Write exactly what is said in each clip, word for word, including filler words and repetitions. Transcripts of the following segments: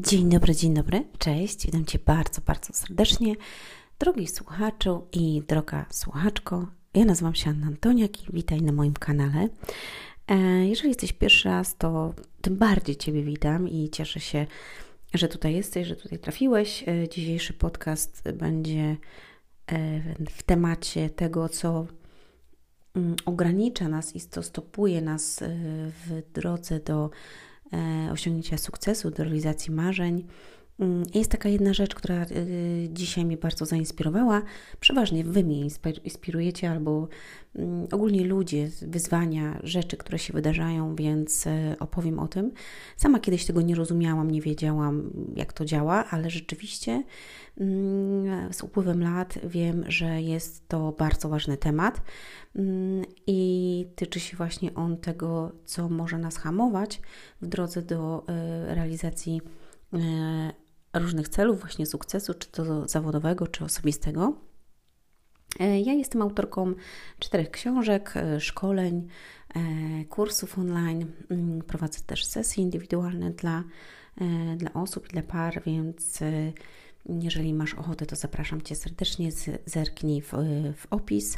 Dzień dobry, dzień dobry, cześć, witam Cię bardzo, bardzo serdecznie, drogi słuchaczu i droga słuchaczko. Ja nazywam się Anna Antoniak i witaj na moim kanale. Jeżeli jesteś pierwszy raz, to tym bardziej Ciebie witam i cieszę się, że tutaj jesteś, że tutaj trafiłeś. Dzisiejszy podcast będzie w temacie tego, co ogranicza nas i co stopuje nas w drodze do osiągnięcia sukcesu, do realizacji marzeń. Jest taka jedna rzecz, która dzisiaj mnie bardzo zainspirowała. Przeważnie Wy mnie inspirujecie albo ogólnie ludzie, wyzwania, rzeczy, które się wydarzają, więc opowiem o tym. Sama kiedyś tego nie rozumiałam, nie wiedziałam, jak to działa, ale rzeczywiście z upływem lat wiem, że jest to bardzo ważny temat i tyczy się właśnie on tego, co może nas hamować w drodze do realizacji różnych celów, właśnie sukcesu, czy to zawodowego, czy osobistego. Ja jestem autorką czterech książek, szkoleń, kursów online. Prowadzę też sesje indywidualne dla, dla osób i dla par, więc jeżeli masz ochotę, to zapraszam Cię serdecznie, zerknij w, w opis.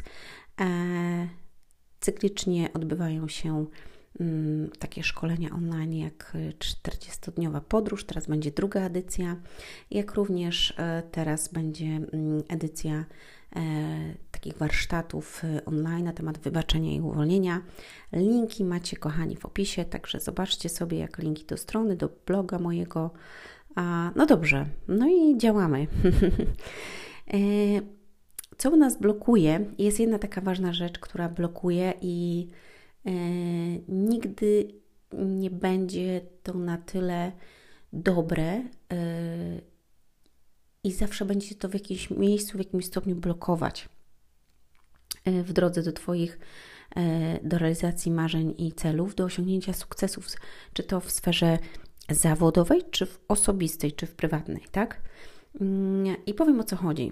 Cyklicznie odbywają się takie szkolenia online jak czterdziestodniowa podróż, teraz będzie druga edycja, jak również teraz będzie edycja takich warsztatów online na temat wybaczenia i uwolnienia. Linki macie, kochani, w opisie, także zobaczcie sobie jak linki do strony, do bloga mojego. No dobrze, no i działamy. Co u nas blokuje? Jest jedna taka ważna rzecz, która blokuje i e, nigdy nie będzie to na tyle dobre e, i zawsze będzie to w jakimś miejscu, w jakimś stopniu blokować e, w drodze do Twoich, e, do realizacji marzeń i celów, do osiągnięcia sukcesów, czy to w sferze zawodowej, czy w osobistej, czy w prywatnej, tak? I powiem, o co chodzi.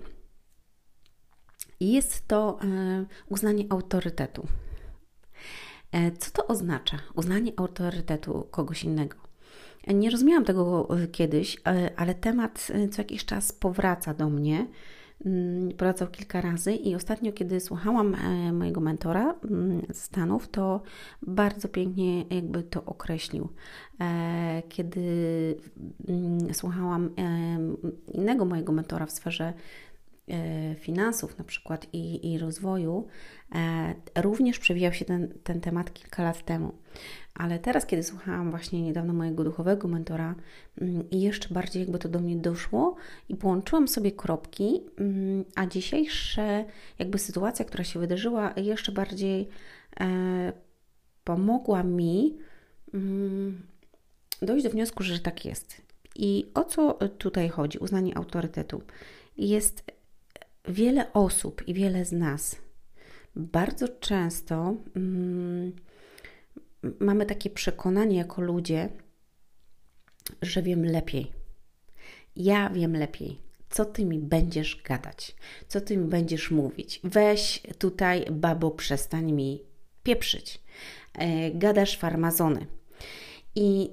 Jest to uznanie autorytetu. Co to oznacza? Uznanie autorytetu kogoś innego. Nie rozumiałam tego kiedyś, ale temat co jakiś czas powraca do mnie. Powracał kilka razy i ostatnio, kiedy słuchałam mojego mentora z Stanów, to bardzo pięknie jakby to określił. Kiedy słuchałam innego mojego mentora w sferze finansów na przykład i, i rozwoju, e, również przewijał się ten, ten temat kilka lat temu. Ale teraz, kiedy słuchałam właśnie niedawno mojego duchowego mentora mm, i jeszcze bardziej jakby to do mnie doszło i połączyłam sobie kropki, mm, a dzisiejsza jakby sytuacja, która się wydarzyła, jeszcze bardziej e, pomogła mi mm, dojść do wniosku, że tak jest. I o co tutaj chodzi? Uznanie autorytetu. Jest wiele osób i wiele z nas bardzo często mm, mamy takie przekonanie jako ludzie, że wiem lepiej. Ja wiem lepiej. Co Ty mi będziesz gadać? Co Ty mi będziesz mówić? Weź tutaj, babo, przestań mi pieprzyć. E, gadasz farmazony. I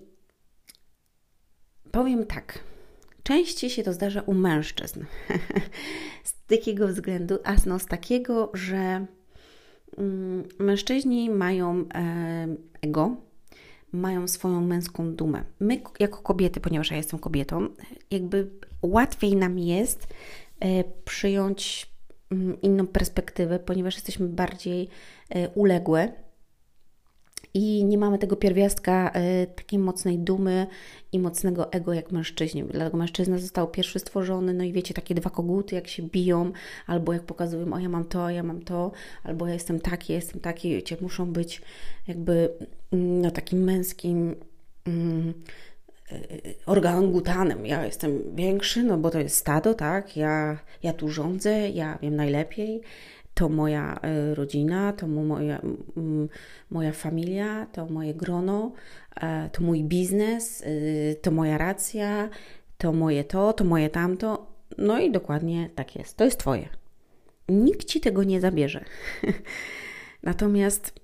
powiem tak. Częściej się to zdarza u mężczyzn. Z takiego względu, a no z takiego, że mm, mężczyźni mają e, ego, mają swoją męską dumę. My jako kobiety, ponieważ ja jestem kobietą, jakby łatwiej nam jest e, przyjąć mm, inną perspektywę, ponieważ jesteśmy bardziej e, uległe. I nie mamy tego pierwiastka y, takiej mocnej dumy i mocnego ego jak mężczyźni. Dlatego mężczyzna został pierwszy stworzony, no i wiecie, takie dwa koguty jak się biją, albo jak pokazują, o ja mam to, ja mam to, albo ja jestem taki, ja jestem taki, wiecie, muszą być jakby no takim męskim mm, y, orangutanem. Ja jestem większy, no bo to jest stado, tak, ja, ja tu rządzę, ja wiem najlepiej. To moja rodzina, to moja, moja familia, to moje grono, to mój biznes, to moja racja, to moje to, to moje tamto. No i dokładnie tak jest. To jest Twoje. Nikt Ci tego nie zabierze. Natomiast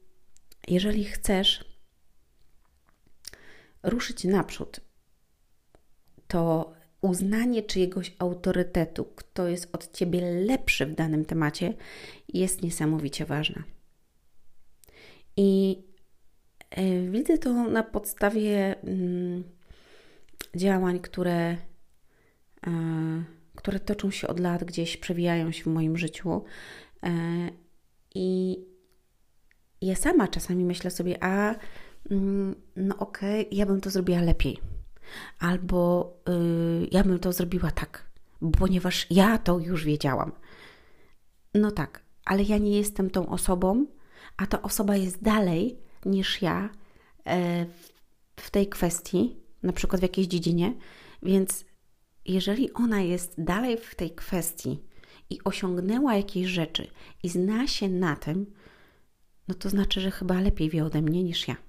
jeżeli chcesz ruszyć naprzód to uznanie czyjegoś autorytetu, kto jest od Ciebie lepszy w danym temacie, jest niesamowicie ważne. I y, widzę to na podstawie y, działań, które, y, które toczą się od lat, gdzieś przewijają się w moim życiu. Y, I ja sama czasami myślę sobie, a no okej, okay, ja bym to zrobiła lepiej. Albo yy, ja bym to zrobiła tak, ponieważ ja to już wiedziałam. No tak, ale ja nie jestem tą osobą, a ta osoba jest dalej niż ja e, w tej kwestii, na przykład w jakiejś dziedzinie, więc jeżeli ona jest dalej w tej kwestii i osiągnęła jakieś rzeczy i zna się na tym, no to znaczy, że chyba lepiej wie ode mnie niż ja.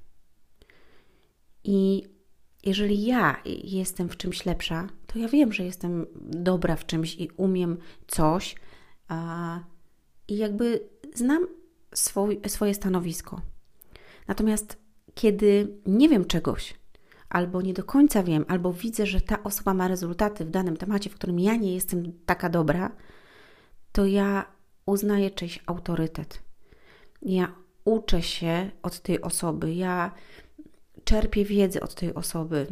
I jeżeli ja jestem w czymś lepsza, to ja wiem, że jestem dobra w czymś i umiem coś a, i jakby znam swój, swoje stanowisko. Natomiast kiedy nie wiem czegoś, albo nie do końca wiem, albo widzę, że ta osoba ma rezultaty w danym temacie, w którym ja nie jestem taka dobra, to ja uznaję czyjś autorytet. Ja uczę się od tej osoby, ja czerpię wiedzę od tej osoby.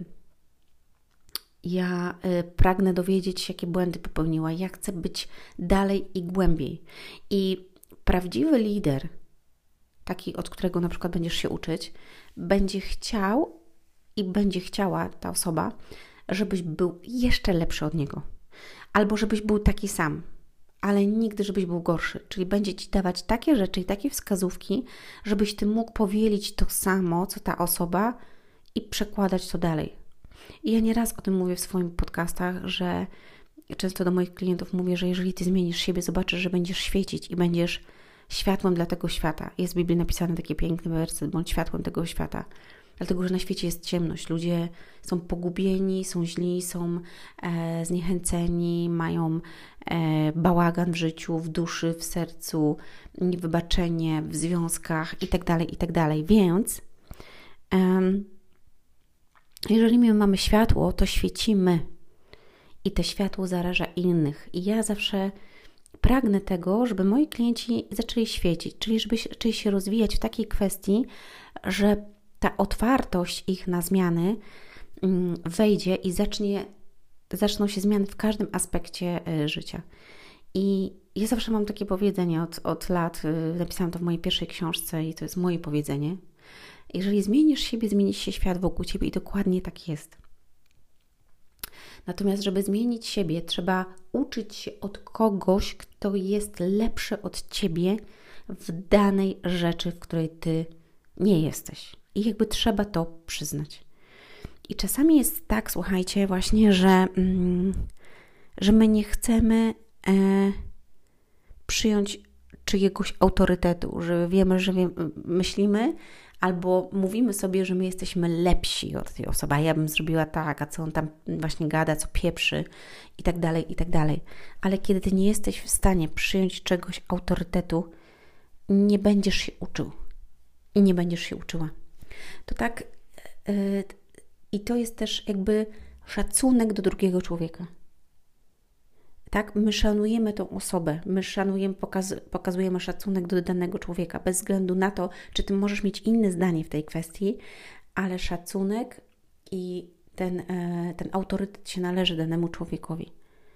Ja y, pragnę dowiedzieć się, jakie błędy popełniła. Ja chcę być dalej i głębiej. I prawdziwy lider, taki, od którego na przykład będziesz się uczyć, będzie chciał i będzie chciała ta osoba, żebyś był jeszcze lepszy od niego. Albo żebyś był taki sam, ale nigdy, żebyś był gorszy. Czyli będzie Ci dawać takie rzeczy i takie wskazówki, żebyś Ty mógł powielić to samo, co ta osoba i przekładać to dalej. I ja nieraz o tym mówię w swoich podcastach, że często do moich klientów mówię, że jeżeli Ty zmienisz siebie, zobaczysz, że będziesz świecić i będziesz światłem dla tego świata. Jest w Biblii napisany taki piękny werset, bądź światłem tego świata. Dlatego, że na świecie jest ciemność. Ludzie są pogubieni, są źli, są e, zniechęceni, mają e, bałagan w życiu, w duszy, w sercu, niewybaczenie w związkach itd., itd. Więc em, jeżeli my mamy światło, to świecimy i to światło zaraża innych. I ja zawsze pragnę tego, żeby moi klienci zaczęli świecić, czyli żeby zaczęli się rozwijać w takiej kwestii, że ta otwartość ich na zmiany wejdzie i zacznie, zaczną się zmiany w każdym aspekcie życia. I ja zawsze mam takie powiedzenie od, od lat, napisałam to w mojej pierwszej książce i to jest moje powiedzenie. Jeżeli zmienisz siebie, zmieni się świat wokół Ciebie i dokładnie tak jest. Natomiast, żeby zmienić siebie, trzeba uczyć się od kogoś, kto jest lepszy od Ciebie w danej rzeczy, w której Ty nie jesteś. I jakby trzeba to przyznać. I czasami jest tak, słuchajcie, właśnie, że, mm, że my nie chcemy e, przyjąć czyjegoś autorytetu, że wiemy, że wie, myślimy albo mówimy sobie, że my jesteśmy lepsi od tej osoby, a ja bym zrobiła tak, a co on tam właśnie gada, co pieprzy i tak dalej, i tak dalej. Ale kiedy Ty nie jesteś w stanie przyjąć czegoś autorytetu, nie będziesz się uczył i nie będziesz się uczyła. To tak yy, i to jest też jakby szacunek do drugiego człowieka. Tak, my szanujemy tą osobę, my szanujemy, pokaz, pokazujemy szacunek do danego człowieka, bez względu na to, czy Ty możesz mieć inne zdanie w tej kwestii, ale szacunek i ten, e, ten autorytet się należy danemu człowiekowi.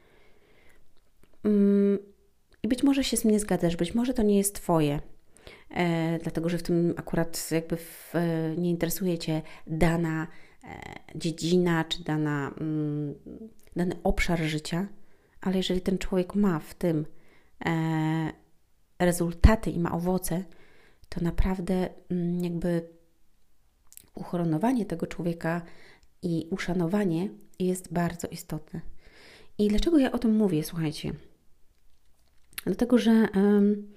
Mm, I być może się z tym nie zgadzasz, być może to nie jest Twoje, e, dlatego że w tym akurat jakby w, e, nie interesuje Cię dana e, dziedzina, czy dana, mm, dany obszar życia. Ale jeżeli ten człowiek ma w tym e, rezultaty i ma owoce, to naprawdę m, jakby uhonorowanie tego człowieka i uszanowanie jest bardzo istotne. I dlaczego ja o tym mówię, słuchajcie? Dlatego, że um,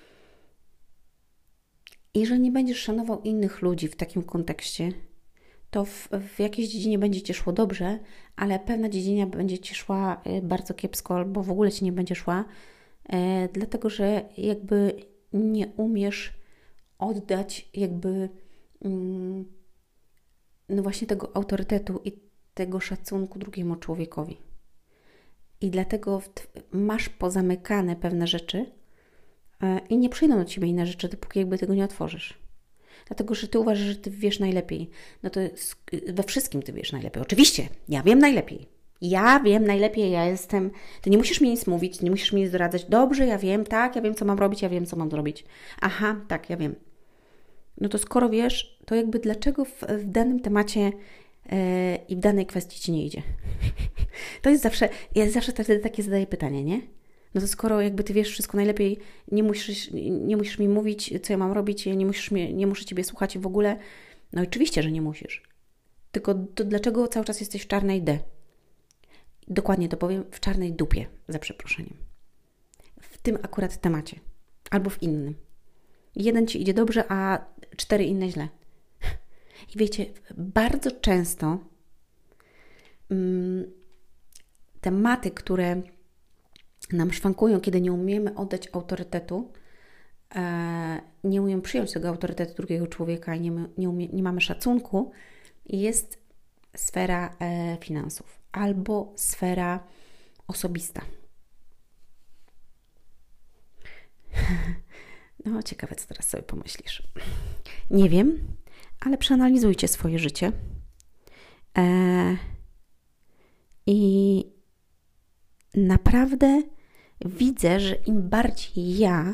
jeżeli nie będziesz szanował innych ludzi w takim kontekście, to w, w jakiejś dziedzinie będzie Ci szło dobrze, ale pewna dziedzina będzie Ci szła bardzo kiepsko albo w ogóle Ci nie będzie szła, e, dlatego że jakby nie umiesz oddać jakby mm, no właśnie tego autorytetu i tego szacunku drugiemu człowiekowi. I dlatego masz pozamykane pewne rzeczy i nie przyjdą do Ciebie inne rzeczy, dopóki jakby tego nie otworzysz. Dlatego, że Ty uważasz, że Ty wiesz najlepiej. No to we wszystkim Ty wiesz najlepiej. Oczywiście, ja wiem najlepiej. Ja wiem najlepiej, ja jestem... Ty nie musisz mi nic mówić, Ty nie musisz mi nic doradzać. Dobrze, ja wiem, tak, ja wiem, co mam robić, ja wiem, co mam zrobić. Aha, tak, ja wiem. No to skoro wiesz, to jakby dlaczego w, w danym temacie yy, i w danej kwestii Ci nie idzie? To jest zawsze... Ja zawsze wtedy takie zadaję pytanie, nie? No to skoro jakby Ty wiesz wszystko najlepiej, nie musisz, nie musisz mi mówić, co ja mam robić, nie, musisz mnie, nie muszę Ciebie słuchać w ogóle. No oczywiście, że nie musisz. Tylko to dlaczego cały czas jesteś w czarnej D? Dokładnie to powiem, w czarnej dupie, za przeproszeniem. W tym akurat temacie. Albo w innym. Jeden Ci idzie dobrze, a cztery inne źle. I wiecie, bardzo często mm, tematy, które nam szwankują, kiedy nie umiemy oddać autorytetu, e, nie umiemy przyjąć tego autorytetu drugiego człowieka i nie, nie, umie, nie mamy szacunku, jest sfera e, finansów albo sfera osobista. No, ciekawe, co teraz sobie pomyślisz. Nie wiem, ale przeanalizujcie swoje życie e, i naprawdę widzę, że im bardziej ja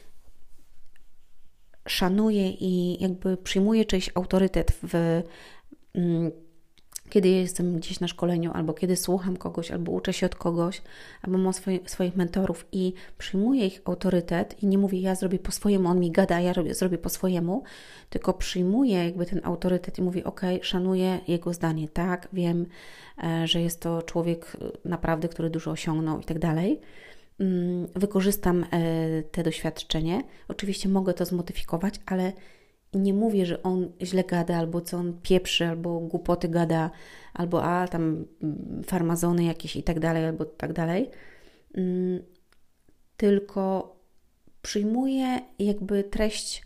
szanuję i jakby przyjmuję czyjś autorytet w, mm, kiedy jestem gdzieś na szkoleniu, albo kiedy słucham kogoś, albo uczę się od kogoś, albo mam swoje, swoich mentorów i przyjmuję ich autorytet i nie mówię, ja zrobię po swojemu, on mi gada, a ja robię, zrobię po swojemu, tylko przyjmuję jakby ten autorytet i mówię, ok, szanuję jego zdanie, tak, wiem, e, że jest to człowiek naprawdę, który dużo osiągnął i tak dalej. Wykorzystam te doświadczenie. Oczywiście mogę to zmodyfikować, ale nie mówię, że on źle gada, albo co on pieprzy, albo głupoty gada, albo a tam farmazony jakieś i tak dalej, albo tak dalej. Tylko przyjmuję jakby treść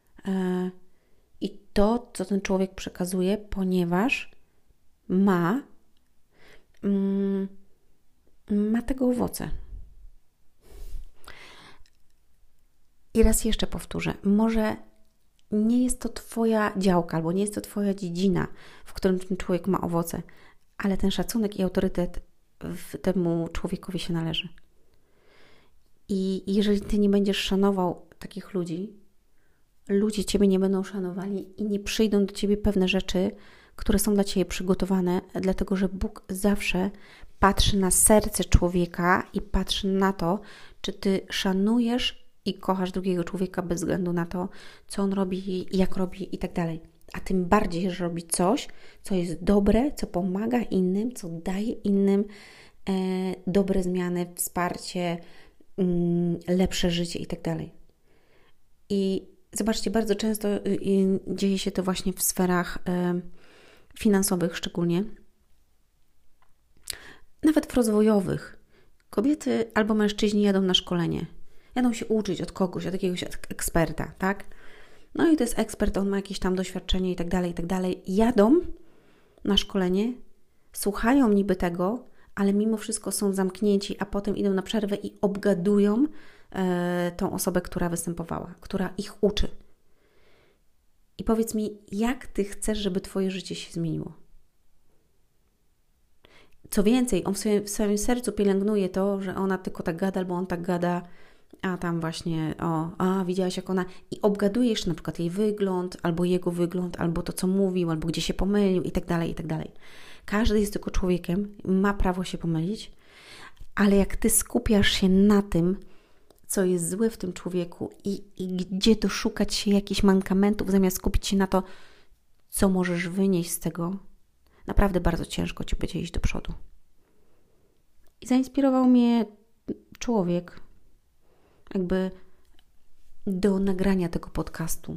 i to, co ten człowiek przekazuje, ponieważ ma ma tego owoce. I raz jeszcze powtórzę, może nie jest to Twoja działka, albo nie jest to Twoja dziedzina, w którym ten człowiek ma owoce, ale ten szacunek i autorytet w temu człowiekowi się należy. I jeżeli Ty nie będziesz szanował takich ludzi, ludzie Ciebie nie będą szanowali i nie przyjdą do Ciebie pewne rzeczy, które są dla Ciebie przygotowane, dlatego że Bóg zawsze patrzy na serce człowieka i patrzy na to, czy Ty szanujesz i kochasz drugiego człowieka bez względu na to, co on robi, jak robi i tak dalej. A tym bardziej, że robi coś, co jest dobre, co pomaga innym, co daje innym e, dobre zmiany, wsparcie, mm, lepsze życie i tak dalej. I zobaczcie, bardzo często y, y, dzieje się to właśnie w sferach y, finansowych szczególnie, nawet w rozwojowych. Kobiety albo mężczyźni jadą na szkolenie. Jadą się uczyć od kogoś, od jakiegoś eksperta, tak? No i to jest ekspert, on ma jakieś tam doświadczenie i tak dalej, i tak dalej. Jadą na szkolenie, słuchają niby tego, ale mimo wszystko są zamknięci, a potem idą na przerwę i obgadują e, tą osobę, która występowała, która ich uczy. I powiedz mi, jak Ty chcesz, żeby Twoje życie się zmieniło? Co więcej, on w swoim, w swoim sercu pielęgnuje to, że ona tylko tak gada, albo on tak gada, a tam właśnie, o, a widziałaś jak ona, i obgadujesz na przykład jej wygląd, albo jego wygląd, albo to, co mówił, albo gdzie się pomylił i tak dalej, i tak dalej. Każdy jest tylko człowiekiem, ma prawo się pomylić, ale jak Ty skupiasz się na tym, co jest złe w tym człowieku i, i gdzie doszukać się jakichś mankamentów, zamiast skupić się na to, co możesz wynieść z tego, naprawdę bardzo ciężko Ci będzie iść do przodu. I zainspirował mnie człowiek, jakby do nagrania tego podcastu.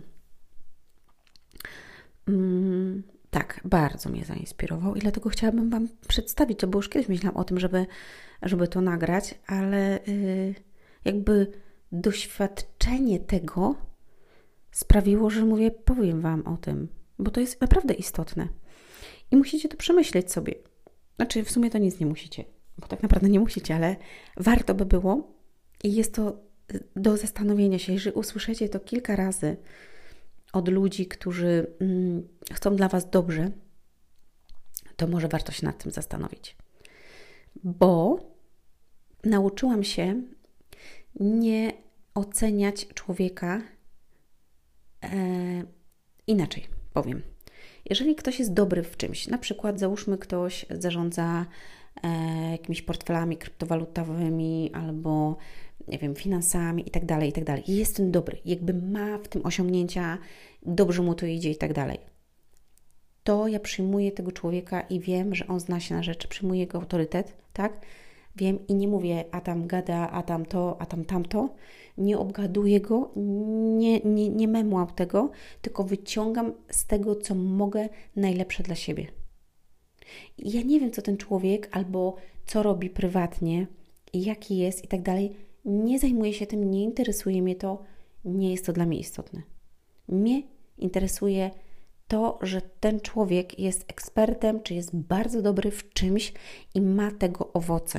Mm, tak, bardzo mnie zainspirował i dlatego chciałabym Wam przedstawić to, bo już kiedyś myślałam o tym, żeby, żeby to nagrać, ale yy, jakby doświadczenie tego sprawiło, że mówię, powiem Wam o tym, bo to jest naprawdę istotne. I musicie to przemyśleć sobie. Znaczy, w sumie to nic nie musicie, bo tak naprawdę nie musicie, ale warto by było i jest to do zastanowienia się. Jeżeli usłyszycie to kilka razy od ludzi, którzy mm, chcą dla Was dobrze, to może warto się nad tym zastanowić. Bo nauczyłam się nie oceniać człowieka e, inaczej, powiem. Jeżeli ktoś jest dobry w czymś, na przykład załóżmy ktoś zarządza e, jakimiś portfelami kryptowalutowymi albo nie wiem, finansami i tak dalej, i tak dalej. I jest ten dobry, jakby ma w tym osiągnięcia, dobrze mu to idzie i tak dalej. To ja przyjmuję tego człowieka i wiem, że on zna się na rzeczy, przyjmuję jego autorytet, tak? Wiem i nie mówię, a tam gada, a tam to, a tam tamto. Nie obgaduję go, nie, nie, nie memłam tego, tylko wyciągam z tego, co mogę, najlepsze dla siebie. I ja nie wiem, co ten człowiek albo co robi prywatnie, jaki jest i tak dalej. Nie zajmuję się tym, nie interesuje mnie to, nie jest to dla mnie istotne. Mnie interesuje to, że ten człowiek jest ekspertem, czy jest bardzo dobry w czymś i ma tego owoce.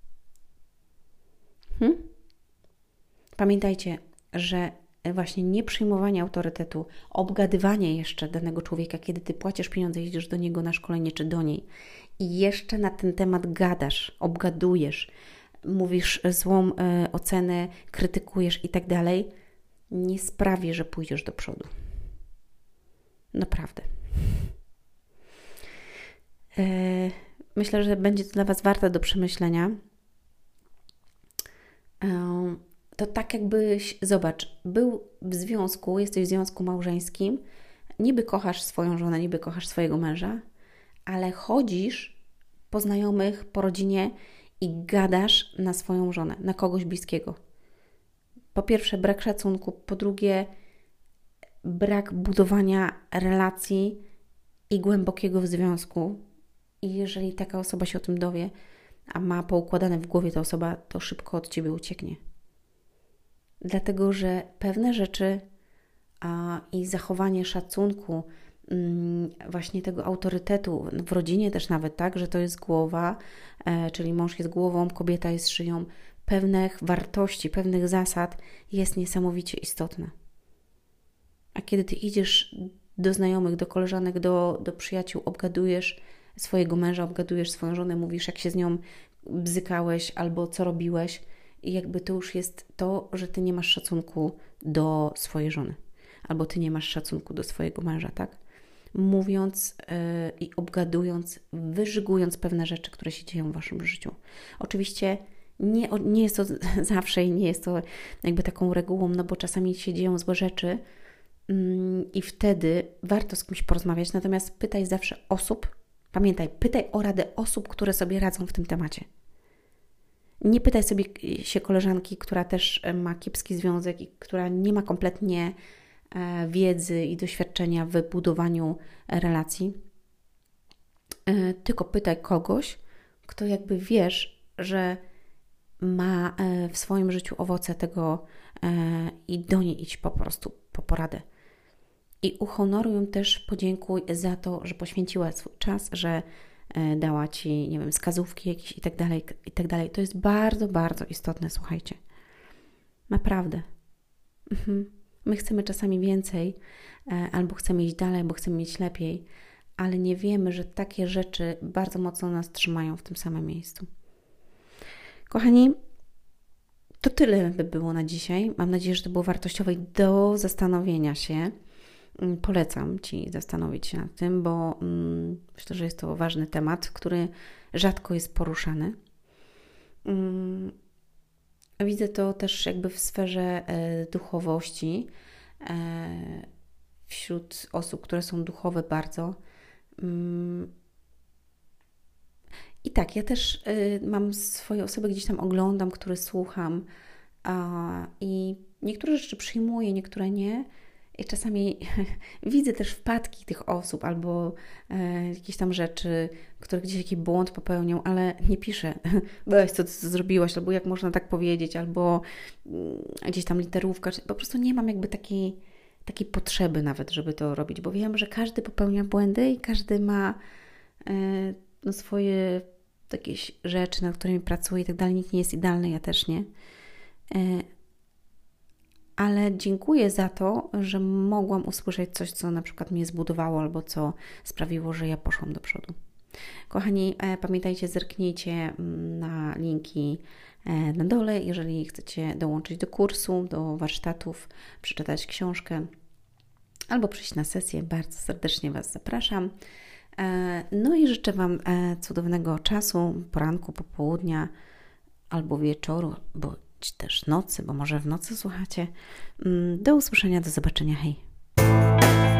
Hmm? Pamiętajcie, że właśnie nieprzyjmowanie autorytetu, obgadywanie jeszcze danego człowieka, kiedy Ty płacisz pieniądze, idziesz do niego na szkolenie czy do niej i jeszcze na ten temat gadasz, obgadujesz, mówisz złą e, ocenę, krytykujesz i tak dalej, nie sprawi, że pójdziesz do przodu. Naprawdę. E, myślę, że będzie to dla Was warte do przemyślenia. E, to tak jakbyś, zobacz, był w związku, jesteś w związku małżeńskim, niby kochasz swoją żonę, niby kochasz swojego męża, ale chodzisz po znajomych, po rodzinie i gadasz na swoją żonę, na kogoś bliskiego. Po pierwsze brak szacunku, po drugie brak budowania relacji i głębokiego w związku. I jeżeli taka osoba się o tym dowie, a ma poukładane w głowie ta osoba, to szybko od Ciebie ucieknie. Dlatego, że pewne rzeczy a, i zachowanie szacunku, mm, właśnie tego autorytetu, w rodzinie też nawet, tak, że to jest głowa, e, czyli mąż jest głową, kobieta jest szyją, pewnych wartości, pewnych zasad jest niesamowicie istotne. A kiedy Ty idziesz do znajomych, do koleżanek, do, do przyjaciół, obgadujesz swojego męża, obgadujesz swoją żonę, mówisz, jak się z nią bzykałeś albo co robiłeś, i jakby to już jest to, że Ty nie masz szacunku do swojej żony, albo Ty nie masz szacunku do swojego męża, tak? Mówiąc yy, i obgadując, wyżygując pewne rzeczy, które się dzieją w Waszym życiu. Oczywiście nie, nie jest to zawsze i nie jest to jakby taką regułą, no bo czasami się dzieją złe rzeczy yy, i wtedy warto z kimś porozmawiać, natomiast pytaj zawsze osób, pamiętaj, pytaj o radę osób, które sobie radzą w tym temacie. Nie pytaj sobie się koleżanki, która też ma kiepski związek i która nie ma kompletnie wiedzy i doświadczenia w budowaniu relacji, tylko pytaj kogoś, kto jakby wiesz, że ma w swoim życiu owoce tego i do niej idź po prostu po poradę. I uhonoruj ją też, podziękuj za to, że poświęciła swój czas, że dała Ci, nie wiem, wskazówki jakieś i tak dalej, i tak dalej. To jest bardzo, bardzo istotne, słuchajcie. Naprawdę. Mhm. My chcemy czasami więcej, albo chcemy iść dalej, albo chcemy mieć lepiej, ale nie wiemy, że takie rzeczy bardzo mocno nas trzymają w tym samym miejscu. Kochani, to tyle by było na dzisiaj. Mam nadzieję, że to było wartościowe i do zastanowienia się. Polecam Ci zastanowić się nad tym, bo mm, myślę, że jest to ważny temat, który rzadko jest poruszany. Mm, widzę to też jakby w sferze e, duchowości, e, wśród osób, które są duchowe bardzo. Mm. I tak, ja też e, mam swoje osoby, gdzieś tam oglądam, które słucham a, i niektóre rzeczy przyjmuję, niektóre nie. I czasami widzę też wpadki tych osób albo e, jakieś tam rzeczy, które gdzieś jakiś błąd popełnią, ale nie piszę, weź co ty zrobiłaś, albo jak można tak powiedzieć, albo mm, gdzieś tam literówka. Po prostu nie mam jakby takiej, takiej potrzeby nawet, żeby to robić, bo wiem, że każdy popełnia błędy i każdy ma no, swoje jakieś rzeczy, nad którymi pracuję i tak dalej. Nikt nie jest idealny, ja też nie. Ale dziękuję za to, że mogłam usłyszeć coś, co na przykład mnie zbudowało albo co sprawiło, że ja poszłam do przodu. Kochani, pamiętajcie, zerknijcie na linki na dole, jeżeli chcecie dołączyć do kursu, do warsztatów, przeczytać książkę albo przyjść na sesję. Bardzo serdecznie Was zapraszam. No i życzę Wam cudownego czasu, poranku, popołudnia albo wieczoru, bądź też nocy, bo może w nocy słuchacie. Do usłyszenia, do zobaczenia, hej!